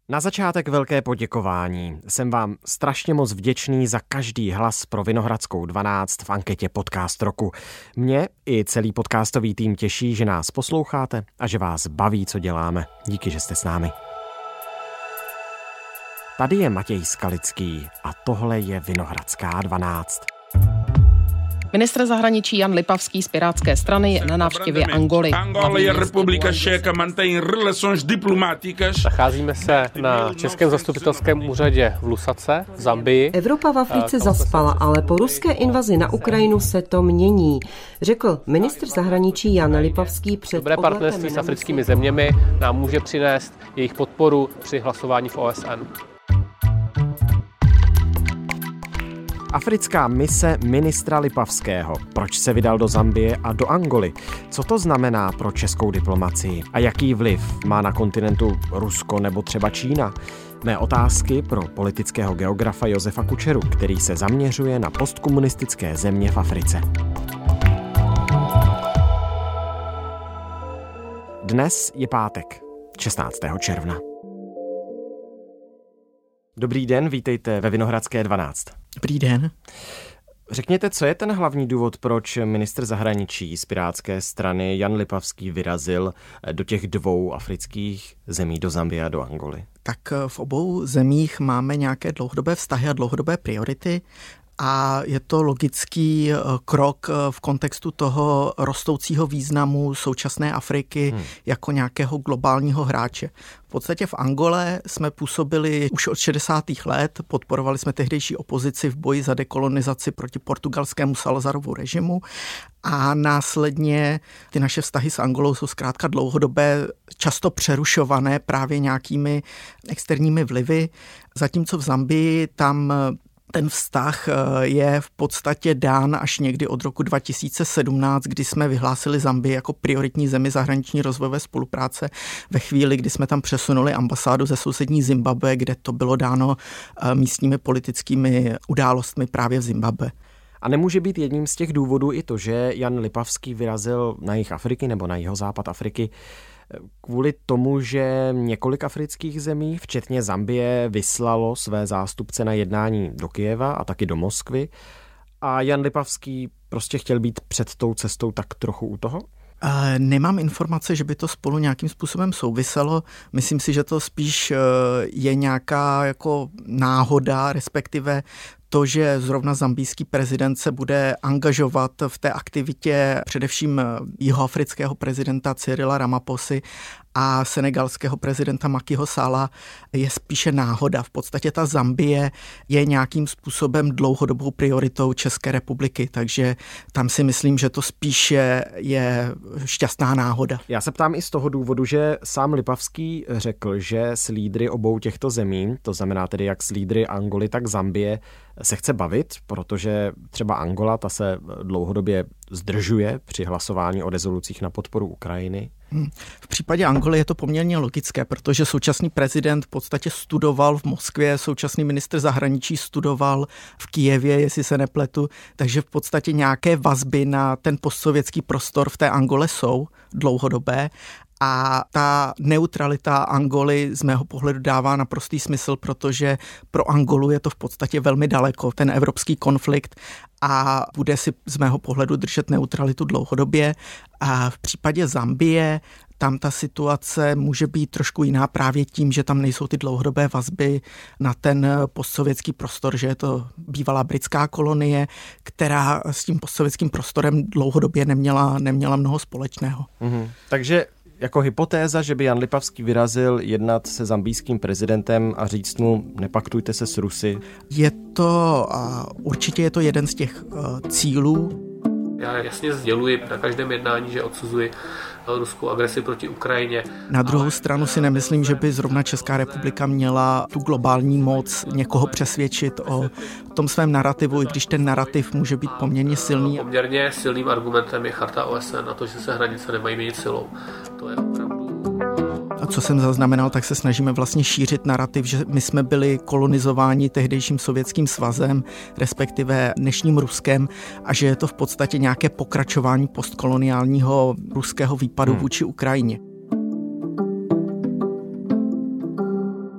Na začátek velké poděkování. Jsem vám strašně moc vděčný za každý hlas pro Vinohradskou 12 v anketě Podcast roku. Mě i celý podcastový tým těší, že nás posloucháte a že vás baví, co děláme. Díky, že jste s námi. Tady je Matěj Skalický a tohle je Vinohradská 12. Ministr zahraničí Jan Lipavský z Pirátské strany je na návštěvě Angoly. Angola je republika Čeká, mantém relações diplomáticas. Nacházíme se na Českém zastupitelském úřadě v Lusace v Zambii. Evropa v Africe zaspala, ale po ruské invazi na Ukrajinu se to mění, řekl ministr zahraničí Jan Lipavský před Dobré partnerství s africkými zeměmi nám může přinést jejich podporu při hlasování v OSN. Africká mise ministra Lipavského. Proč se vydal do Zambie a do Angoly? Co to znamená pro českou diplomacii? A jaký vliv má na kontinentu Rusko nebo třeba Čína? Mé otázky pro politického geografa Josefa Kučeru, který se zaměřuje na postkomunistické země v Africe. Dnes je pátek, 16. června. Dobrý den, vítejte ve Vinohradské 12. Dobrý den. Řekněte, co je ten hlavní důvod, proč ministr zahraničí z Pirátské strany Jan Lipavský vyrazil do těch dvou afrických zemí, do Zambie a do Angoly? Tak v obou zemích máme nějaké dlouhodobé vztahy a dlouhodobé priority. A je to logický krok v kontextu toho rostoucího významu současné Afriky jako nějakého globálního hráče. V podstatě v Angole jsme působili už od 60. let, podporovali jsme tehdejší opozici v boji za dekolonizaci proti portugalskému Salzarovu režimu a následně ty naše vztahy s Angolou jsou zkrátka dlouhodobé, často přerušované právě nějakými externími vlivy, zatímco v Zambii tam ten vztah je v podstatě dán až někdy od roku 2017, kdy jsme vyhlásili Zambii jako prioritní zemi zahraniční rozvojové spolupráce ve chvíli, kdy jsme tam přesunuli ambasádu ze sousední Zimbabwe, kde to bylo dáno místními politickými událostmi právě v Zimbabwe. A nemůže být jedním z těch důvodů i to, že Jan Lipavský vyrazil na jih Afriky nebo na jihozápad Afriky kvůli tomu, že několik afrických zemí, včetně Zambie, vyslalo své zástupce na jednání do Kyjeva a taky do Moskvy a Jan Lipavský prostě chtěl být před tou cestou tak trochu u toho? Nemám informace, že by to spolu nějakým způsobem souviselo. Myslím si, že to spíš je nějaká jako náhoda, respektive to, že zrovna zambijský prezident se bude angažovat v té aktivitě především jihoafrického prezidenta Cyrila Ramaphosa a senegalského prezidenta Makyho Salla, je spíše náhoda. V podstatě ta Zambie je nějakým způsobem dlouhodobou prioritou České republiky, takže tam si myslím, že to spíše je šťastná náhoda. Já se ptám i z toho důvodu, že sám Lipavský řekl, že s lídry obou těchto zemí, to znamená tedy jak s lídry Angoly, tak Zambie, se chce bavit, protože třeba Angola, ta se dlouhodobě zdržuje při hlasování o rezolucích na podporu Ukrajiny. V případě Angoly je to poměrně logické, protože současný prezident v podstatě studoval v Moskvě, současný ministr zahraničí studoval v Kyjevě, jestli se nepletu, takže v podstatě nějaké vazby na ten postsovětský prostor v té Angole jsou dlouhodobé. A ta neutralita Angoly z mého pohledu dává naprostý smysl, protože pro Angolu je to v podstatě velmi daleko, ten evropský konflikt, a bude si z mého pohledu držet neutralitu dlouhodobě. A v případě Zambie tam ta situace může být trošku jiná právě tím, že tam nejsou ty dlouhodobé vazby na ten postsovětský prostor, že je to bývalá britská kolonie, která s tím postsovětským prostorem dlouhodobě neměla mnoho společného. Takže jako hypotéza, že by Jan Lipavský vyrazil jednat se zambijským prezidentem a říct mu, nepaktujte se s Rusy? Určitě je to jeden z těch cílů. Já jasně sděluji na každém jednání, že odsuzuji ruskou agresi proti Ukrajině. Na druhou stranu si nemyslím, že by zrovna Česká republika měla tu globální moc někoho přesvědčit o tom svém narrativu, i když ten narrativ může být poměrně silný. Poměrně silným argumentem je charta OSN a to, že se hranice nemají měnit silou. To je opravdu... A co jsem zaznamenal, tak se snažíme vlastně šířit narrativ, že my jsme byli kolonizováni tehdejším Sovětským svazem, respektive dnešním Ruskem, a že je to v podstatě nějaké pokračování postkoloniálního ruského výpadu vůči Ukrajině.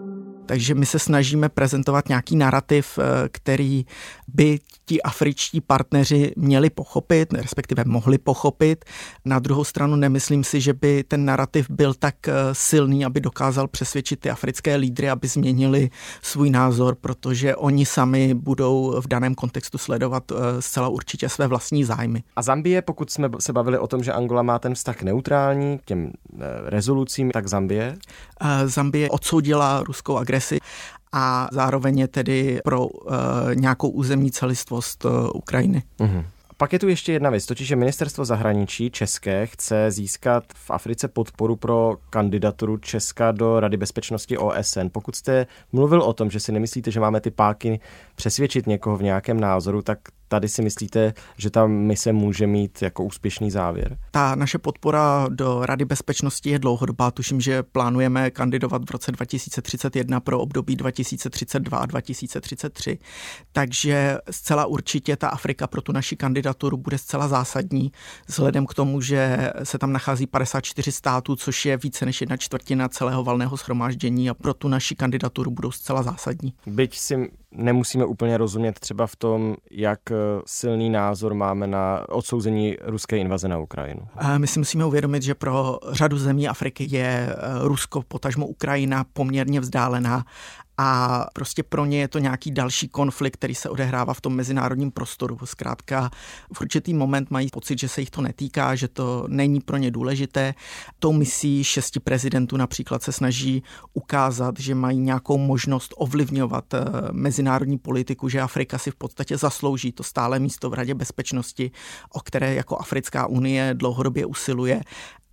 Takže my se snažíme prezentovat nějaký narrativ, který by ti afričtí partneři měli pochopit, respektive mohli pochopit. Na druhou stranu nemyslím si, že by ten narrativ byl tak silný, aby dokázal přesvědčit ty africké lídry, aby změnili svůj názor, protože oni sami budou v daném kontextu sledovat zcela určitě své vlastní zájmy. A Zambie, pokud jsme se bavili o tom, že Angola má ten vztah neutrální k těm rezolucím, tak Zambie? Zambie odsoudila ruskou agresi a zároveň je tedy pro nějakou územní celistvost Ukrajiny. Mhm. Pak je tu ještě jedna věc, totiž že ministerstvo zahraničí české chce získat v Africe podporu pro kandidaturu Česka do Rady bezpečnosti OSN. Pokud jste mluvil o tom, že si nemyslíte, že máme ty páky přesvědčit někoho v nějakém názoru, tak tady si myslíte, že ta mise může mít jako úspěšný závěr? Ta naše podpora do Rady bezpečnosti je dlouhodobá. Tuším, že plánujeme kandidovat v roce 2031 pro období 2032 a 2033. Takže zcela určitě ta Afrika pro tu naši kandidaturu bude zcela zásadní, vzhledem k tomu, že se tam nachází 54 států, což je více než 1/4 celého valného shromáždění a pro tu naši kandidaturu budou zcela zásadní. Byť si nemusíme úplně rozumět třeba v tom, jak silný názor máme na odsouzení ruské invaze na Ukrajinu. My si musíme uvědomit, že pro řadu zemí Afriky je Rusko, potažmo Ukrajina, poměrně vzdálená a prostě pro ně je to nějaký další konflikt, který se odehrává v tom mezinárodním prostoru. Zkrátka v určitý moment mají pocit, že se jich to netýká, že to není pro ně důležité. Tou misí 6 prezidentů například se snaží ukázat, že mají nějakou možnost ovlivňovat mezinárodní politiku, že Afrika si v podstatě zaslouží to stále místo v Radě bezpečnosti, o které jako Africká unie dlouhodobě usiluje.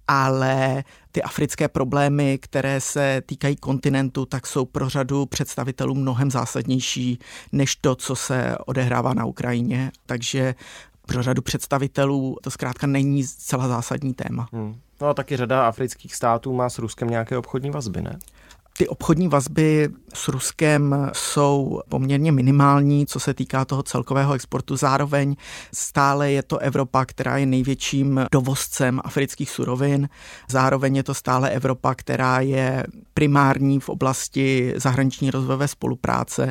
Ale ty africké problémy, které se týkají kontinentu, tak jsou pro řadu představitelů mnohem zásadnější než to, co se odehrává na Ukrajině. Takže pro řadu představitelů to zkrátka není zcela zásadní téma. No a taky řada afrických států má s Ruskem nějaké obchodní vazby, ne? Ty obchodní vazby s Ruskem jsou poměrně minimální, co se týká toho celkového exportu. Zároveň stále je to Evropa, která je největším dovozcem afrických surovin. Zároveň je to stále Evropa, která je primární v oblasti zahraniční rozvojové spolupráce.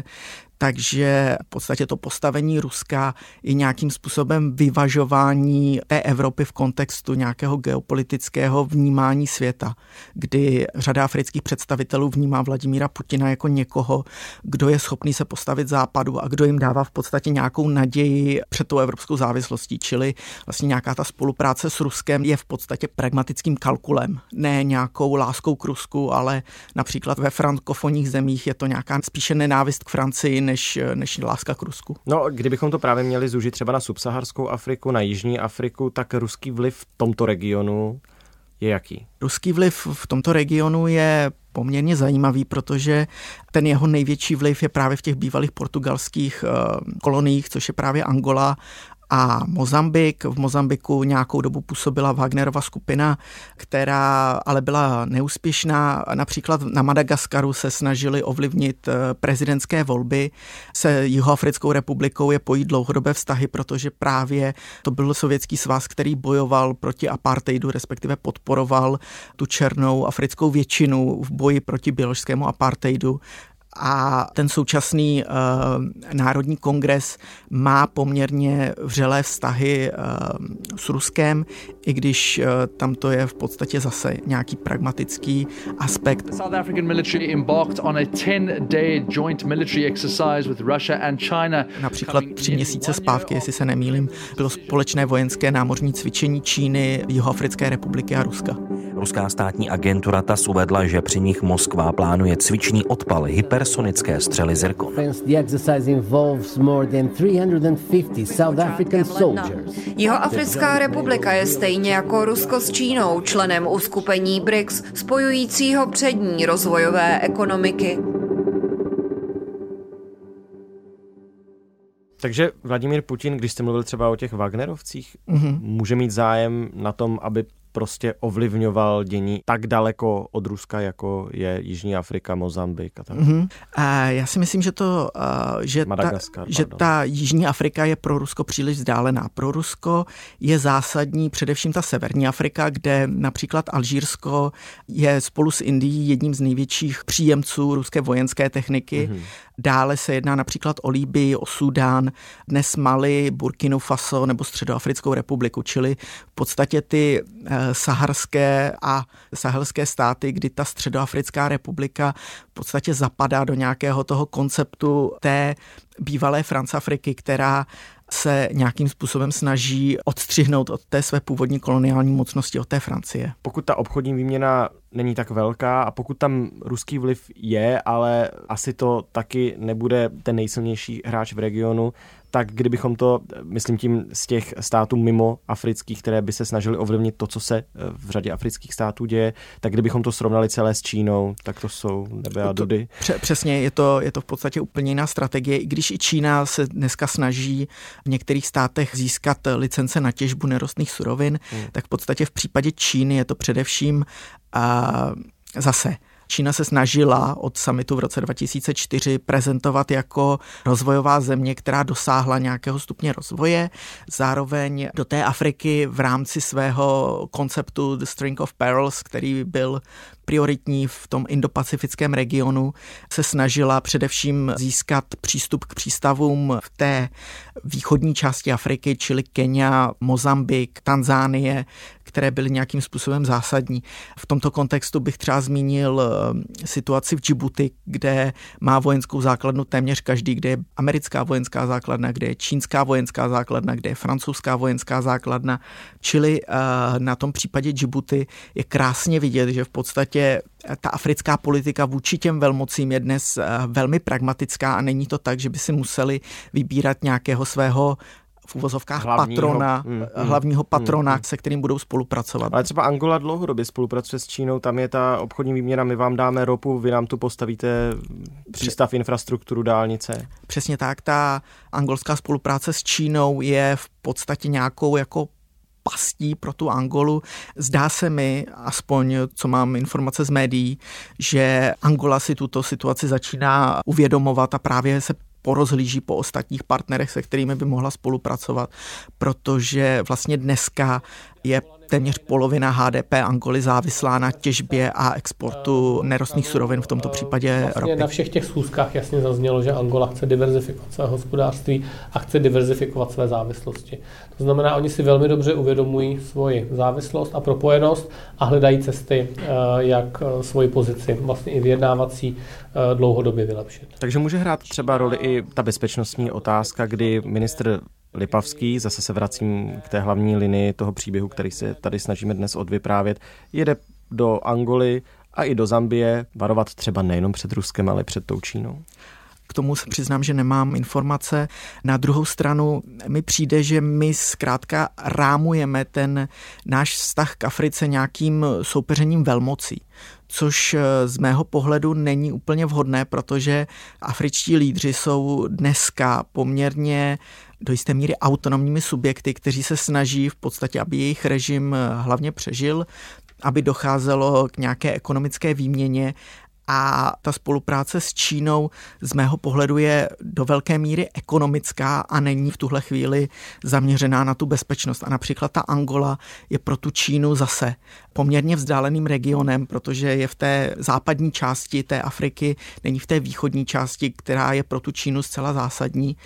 Takže v podstatě to postavení Ruska je nějakým způsobem vyvažování té Evropy v kontextu nějakého geopolitického vnímání světa, kdy řada afrických představitelů vnímá Vladimíra Putina jako někoho, kdo je schopný se postavit západu a kdo jim dává v podstatě nějakou naději před tou evropskou závislostí, čili vlastně nějaká ta spolupráce s Ruskem je v podstatě pragmatickým kalkulem, ne nějakou láskou k Rusku, ale například ve frankofonních zemích je to nějaká spíše nenávist k Francii, než láska k Rusku. No, kdybychom to právě měli zúžit třeba na subsaharskou Afriku, na jižní Afriku, tak ruský vliv v tomto regionu je jaký? Ruský vliv v tomto regionu je poměrně zajímavý, protože ten jeho největší vliv je právě v těch bývalých portugalských koloniích, což je právě Angola a Mozambik. V Mozambiku nějakou dobu působila Wagnerova skupina, která ale byla neúspěšná. Například na Madagaskaru se snažili ovlivnit prezidentské volby. Se Jihoafrickou republikou je pojí dlouhodobé vztahy, protože právě to byl Sovětský svaz, který bojoval proti apartheidu, respektive podporoval tu černou africkou většinu v boji proti běložskému apartheidu. A ten současný Národní kongres má poměrně vřelé vztahy s Ruskem, i když tam to je v podstatě zase nějaký pragmatický aspekt. The South African military embarked on a 10-day joint military exercise with Russia and China. Například 3 měsíce zpátky, jestli se nemýlím, bylo společné vojenské námořní cvičení Číny, Jihoafrické republiky a Ruska. Ruská státní agentura TASS uvedla, že při nich Moskva plánuje cvičný odpal hypersonické střely Zircon. Jihoafrická republika je stejně jako Rusko s Čínou členem uskupení BRICS, spojujícího přední rozvojové ekonomiky. Takže Vladimír Putin, když jste mluvil třeba o těch Wagnerovcích, může mít zájem na tom, aby prostě ovlivňoval dění tak daleko od Ruska, jako je Jižní Afrika, Mozambik a tak. Já si myslím, že ta Jižní Afrika je pro Rusko příliš vzdálená. Pro Rusko je zásadní především ta severní Afrika, kde například Alžírsko je spolu s Indií jedním z největších příjemců ruské vojenské techniky. Dále se jedná například o Libyi, o Súdán, dnes Mali, Burkinu Faso nebo Středoafrickou republiku, čili v podstatě ty sahelské státy, kdy ta Středoafrická republika v podstatě zapadá do nějakého toho konceptu té bývalé Francafriky, která se nějakým způsobem snaží odstřihnout od té své původní koloniální mocnosti, od té Francie. Pokud ta obchodní výměna není tak velká a pokud tam ruský vliv je, ale asi to taky nebude ten nejsilnější hráč v regionu, tak kdybychom to, myslím tím z těch států mimo afrických, které by se snažili ovlivnit to, co se v řadě afrických států děje, tak kdybychom to srovnali celé s Čínou, tak to jsou nebe a dudy. Přesně, je to v podstatě úplně jiná strategie, i když i Čína se dneska snaží v některých státech získat licence na těžbu nerostných surovin, tak v podstatě v případě Číny je to především zase Čína se snažila od summitu v roce 2004 prezentovat jako rozvojová země, která dosáhla nějakého stupně rozvoje. Zároveň do té Afriky v rámci svého konceptu The String of Pearls, který byl prioritní v tom indopacifickém regionu, se snažila především získat přístup k přístavům v té východní části Afriky, čili Kenia, Mozambik, Tanzánie, které byly nějakým způsobem zásadní. V tomto kontextu bych třeba zmínil situaci v Džibuti, kde má vojenskou základnu téměř každý, kde je americká vojenská základna, kde je čínská vojenská základna, kde je francouzská vojenská základna. Čili na tom případě Džibuti je krásně vidět, že v podstatě ta africká politika vůči těm velmocím je dnes velmi pragmatická a není to tak, že by si museli vybírat nějakého svého v uvozovkách hlavního patrona, se kterým budou spolupracovat. Ale třeba Angola dlouhodobě spolupracuje s Čínou, tam je ta obchodní výměna, my vám dáme ropu, vy nám tu postavíte přístav, infrastrukturu, dálnice. Přesně tak, ta angolská spolupráce s Čínou je v podstatě nějakou jako pastí pro tu Angolu. Zdá se mi, aspoň co mám informace z médií, že Angola si tuto situaci začíná uvědomovat a právě se porozhlíží po ostatních partnerech, se kterými by mohla spolupracovat, protože vlastně dneska je téměř polovina HDP Angoly závislá na těžbě a exportu nerostných surovin, v tomto případě ropy. Na všech těch schůzkách jasně zaznělo, že Angola chce diverzifikovat své hospodářství a chce diverzifikovat své závislosti. To znamená, oni si velmi dobře uvědomují svoji závislost a propojenost a hledají cesty, jak svoji pozici vlastně i vyjednávací dlouhodobě vylepšit. Takže může hrát třeba roli i ta bezpečnostní otázka, kdy ministr Lipavský, zase se vracím k té hlavní linii toho příběhu, který se tady snažíme dnes odvyprávět, jede do Angoly a i do Zambie varovat třeba nejenom před Ruskem, ale před tou Čínou. K tomu se přiznám, že nemám informace. Na druhou stranu mi přijde, že my zkrátka rámujeme ten náš vztah k Africe nějakým soupeřením velmocí, což z mého pohledu není úplně vhodné, protože afričtí lídři jsou dneska poměrně do jisté míry autonomními subjekty, kteří se snaží v podstatě, aby jejich režim hlavně přežil, aby docházelo k nějaké ekonomické výměně. A ta spolupráce s Čínou z mého pohledu je do velké míry ekonomická a není v tuhle chvíli zaměřená na tu bezpečnost. A například ta Angola je pro tu Čínu zase poměrně vzdáleným regionem, protože je v té západní části té Afriky, není v té východní části, která je pro tu Čínu zcela zásadní.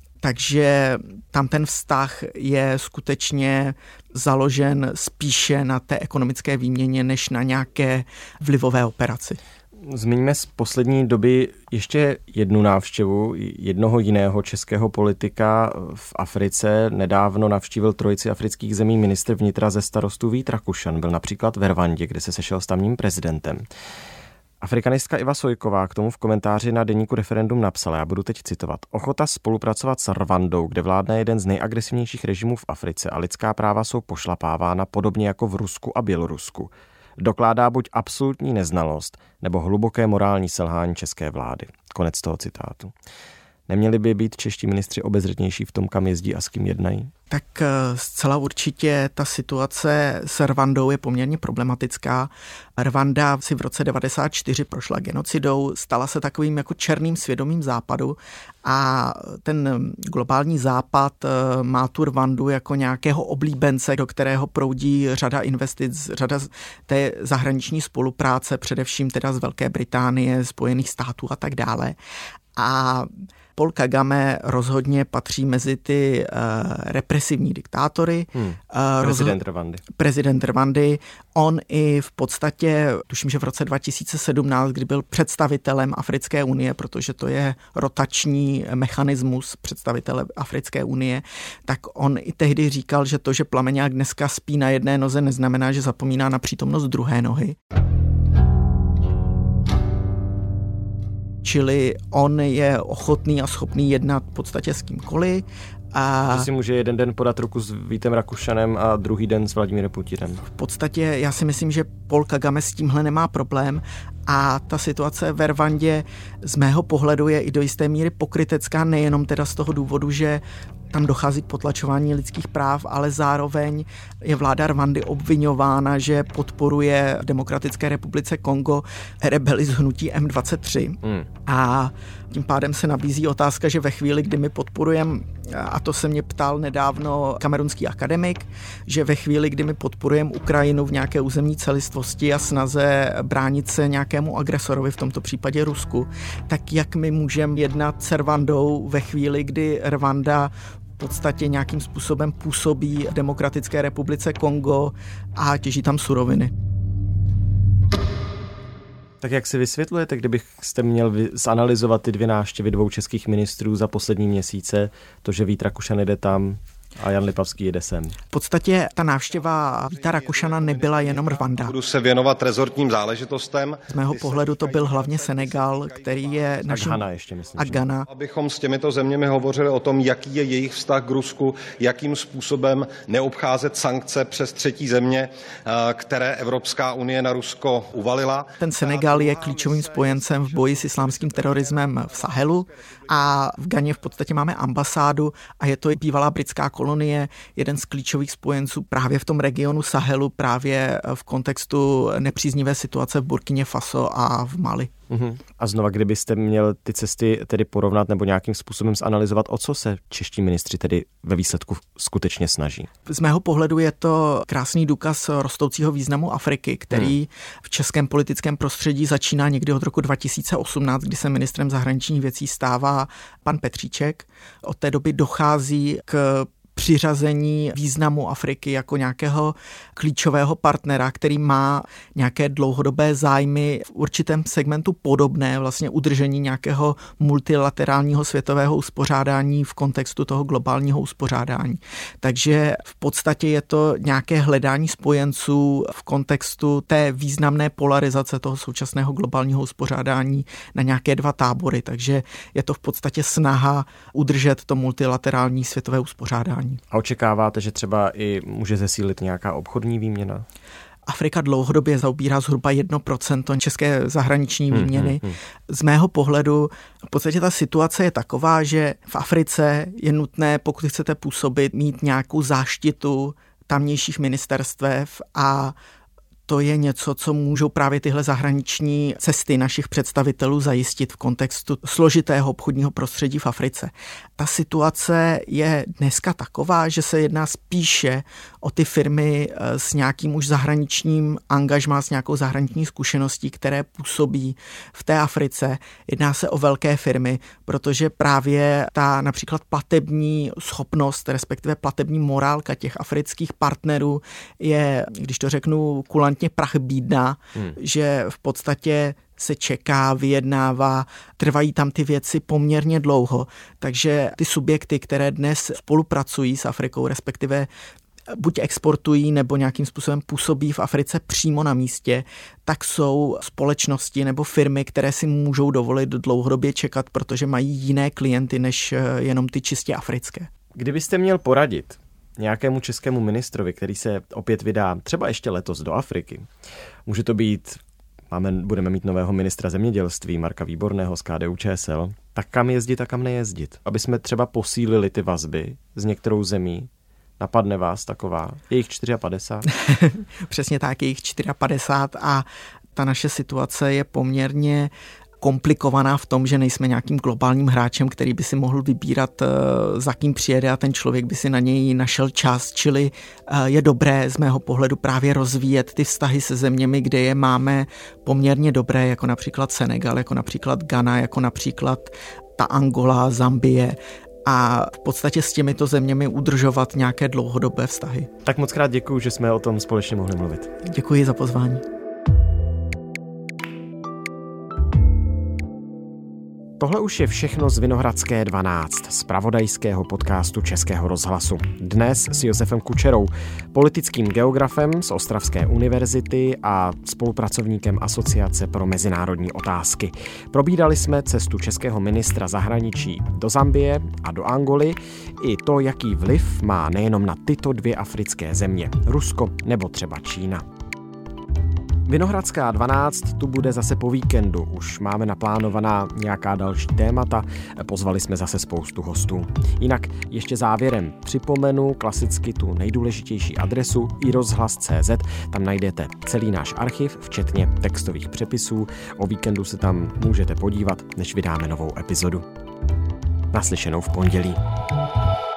Takže tam ten vztah je skutečně založen spíše na té ekonomické výměně, než na nějaké vlivové operaci. Zmiňme z poslední doby ještě jednu návštěvu jednoho jiného českého politika v Africe. Nedávno navštívil trojici afrických zemí ministr vnitra ze Starostů Vít Rakušan. Byl například ve Rwandě, kde se sešel s tamním prezidentem. Afrikanistka Iva Sojková k tomu v komentáři na deníku Referendum napsala, já budu teď citovat, ochota spolupracovat s Rwandou, kde vládne jeden z nejagresivnějších režimů v Africe a lidská práva jsou pošlapávána podobně jako v Rusku a Bělorusku. Dokládá buď absolutní neznalost nebo hluboké morální selhání české vlády. Konec toho citátu. Neměli by být čeští ministři obezřetnější v tom, kam jezdí a s kým jednají? Tak zcela určitě ta situace s Rwandou je poměrně problematická. Rwanda si v roce 1994 prošla genocidou, stala se takovým jako černým svědomím západu a ten globální západ má tu Rwandu jako nějakého oblíbence, do kterého proudí řada investic, řada té zahraniční spolupráce, především teda z Velké Británie, Spojených států a tak dále. A Paul Kagame rozhodně patří mezi ty represivní diktátory. Prezident Rwandy. On i v podstatě, tuším, že v roce 2017, kdy byl představitelem Africké unie, protože to je rotační mechanismus představitele Africké unie, tak on i tehdy říkal, že to, že Plameňák dneska spí na jedné noze, neznamená, že zapomíná na přítomnost druhé nohy. Čili on je ochotný a schopný jednat v podstatě s kýmkoliv. Že si může jeden den podat ruku s Vítem Rakušanem a druhý den s Vladimírem Putinem. V podstatě já si myslím, že Paul Kagame s tímhle nemá problém a ta situace ve Rwandě z mého pohledu je i do jisté míry pokrytecká, nejenom teda z toho důvodu, že tam dochází k potlačování lidských práv, ale zároveň je vláda Rwandy obviňována, že podporuje v Demokratické republice Kongo rebeli z hnutí M23. A tím pádem se nabízí otázka, že ve chvíli, kdy my podporujeme, a to se mě ptal nedávno kamerunský akademik, že ve chvíli, kdy my podporujeme Ukrajinu v nějaké územní celistvosti a snaze bránit se nějakému agresorovi, v tomto případě Rusku, tak jak my můžeme jednat s Rwandou ve chvíli, kdy Rwanda v podstatě nějakým způsobem působí v Demokratické republice Kongo a těží tam suroviny. Tak jak si vysvětlujete, kdybyste měl zanalyzovat ty 2 návštěvy 2 českých ministrů za poslední měsíce, to, že Vít Rakušan jede tam a Jan Lipavský jede sem? V podstatě ta návštěva Víta Rakušana nebyla jenom Rwanda. Budu se věnovat rezortním záležitostem. Z mého pohledu to byl hlavně Senegal, který je naším... A Ghana ještě, myslím. A Ghana. Abychom s těmito zeměmi hovořili o tom, jaký je jejich vztah k Rusku, jakým způsobem neobcházet sankce přes třetí země, které Evropská unie na Rusko uvalila. Ten Senegal je klíčovým spojencem v boji s islámským terorismem v Sahelu a v Ghaně v podstatě máme ambasádu a je to bývalá britská kolonie, jeden z klíčových spojenců právě v tom regionu Sahelu, právě v kontextu nepříznivé situace v Burkině Faso a v Mali. A znova, kdybyste měl ty cesty tedy porovnat nebo nějakým způsobem zanalyzovat, o co se čeští ministři tedy ve výsledku skutečně snaží? Z mého pohledu je to krásný důkaz rostoucího významu Afriky, který v českém politickém prostředí začíná někdy od roku 2018, kdy se ministrem zahraničních věcí stává pan Petříček. Od té doby dochází k přiřazení významu Afriky jako nějakého klíčového partnera, který má nějaké dlouhodobé zájmy v určitém segmentu podobné, vlastně udržení nějakého multilaterálního světového uspořádání v kontextu toho globálního uspořádání. Takže v podstatě je to nějaké hledání spojenců v kontextu té významné polarizace toho současného globálního uspořádání na nějaké 2 tábory. Takže je to v podstatě snaha udržet to multilaterální světové uspořádání. A očekáváte, že třeba i může zesílit nějaká obchodní výměna? Afrika dlouhodobě zaobírá zhruba 1% české zahraniční výměny. Z mého pohledu v podstatě ta situace je taková, že v Africe je nutné, pokud chcete působit, mít nějakou záštitu tamnějších ministerstev a to je něco, co můžou právě tyhle zahraniční cesty našich představitelů zajistit v kontextu složitého obchodního prostředí v Africe. Ta situace je dneska taková, že se jedná spíše o ty firmy s nějakým už zahraničním angažmá, s nějakou zahraniční zkušeností, které působí v té Africe. Jedná se o velké firmy, protože právě ta například platební schopnost, respektive platební morálka těch afrických partnerů je, když to řeknu kulantně, prach bídná, že v podstatě se čeká, vyjednává, trvají tam ty věci poměrně dlouho. Takže ty subjekty, které dnes spolupracují s Afrikou, respektive buď exportují nebo nějakým způsobem působí v Africe přímo na místě, tak jsou společnosti nebo firmy, které si můžou dovolit dlouhodobě čekat, protože mají jiné klienty než jenom ty čistě africké. Kdybyste měl poradit nějakému českému ministrovi, který se opět vydá třeba ještě letos do Afriky, může to být, budeme mít nového ministra zemědělství Marka Výborného z KDU-ČSL, tak kam jezdit a kam nejezdit? Aby jsme třeba posílili ty vazby s některou zemí, Napadne vás taková? Je jich 54? Přesně tak, je jich 54 a ta naše situace je poměrně komplikovaná v tom, že nejsme nějakým globálním hráčem, který by si mohl vybírat, za kým přijede a ten člověk by si na něj našel čas, čili je dobré z mého pohledu právě rozvíjet ty vztahy se zeměmi, kde je máme poměrně dobré, jako například Senegal, jako například Ghana, jako například ta Angola, Zambie, a v podstatě s těmito zeměmi udržovat nějaké dlouhodobé vztahy. Tak moc krát děkuju, že jsme o tom společně mohli mluvit. Děkuji za pozvání. Tohle už je všechno z Vinohradské 12, zpravodajského podcastu Českého rozhlasu. Dnes s Josefem Kučerou, politickým geografem z Ostravské univerzity a spolupracovníkem Asociace pro mezinárodní otázky. Probídali jsme cestu českého ministra zahraničí do Zambie a do Angoly i to, jaký vliv má nejenom na tyto dvě africké země, Rusko nebo třeba Čína. Vinohradská 12 tu bude zase po víkendu. Už máme naplánovaná nějaká další témata, pozvali jsme zase spoustu hostů. Jinak ještě závěrem připomenu klasicky tu nejdůležitější adresu iRozhlas.cz, tam najdete celý náš archiv, včetně textových přepisů. O víkendu se tam můžete podívat, než vydáme novou epizodu. Naslyšenou v pondělí.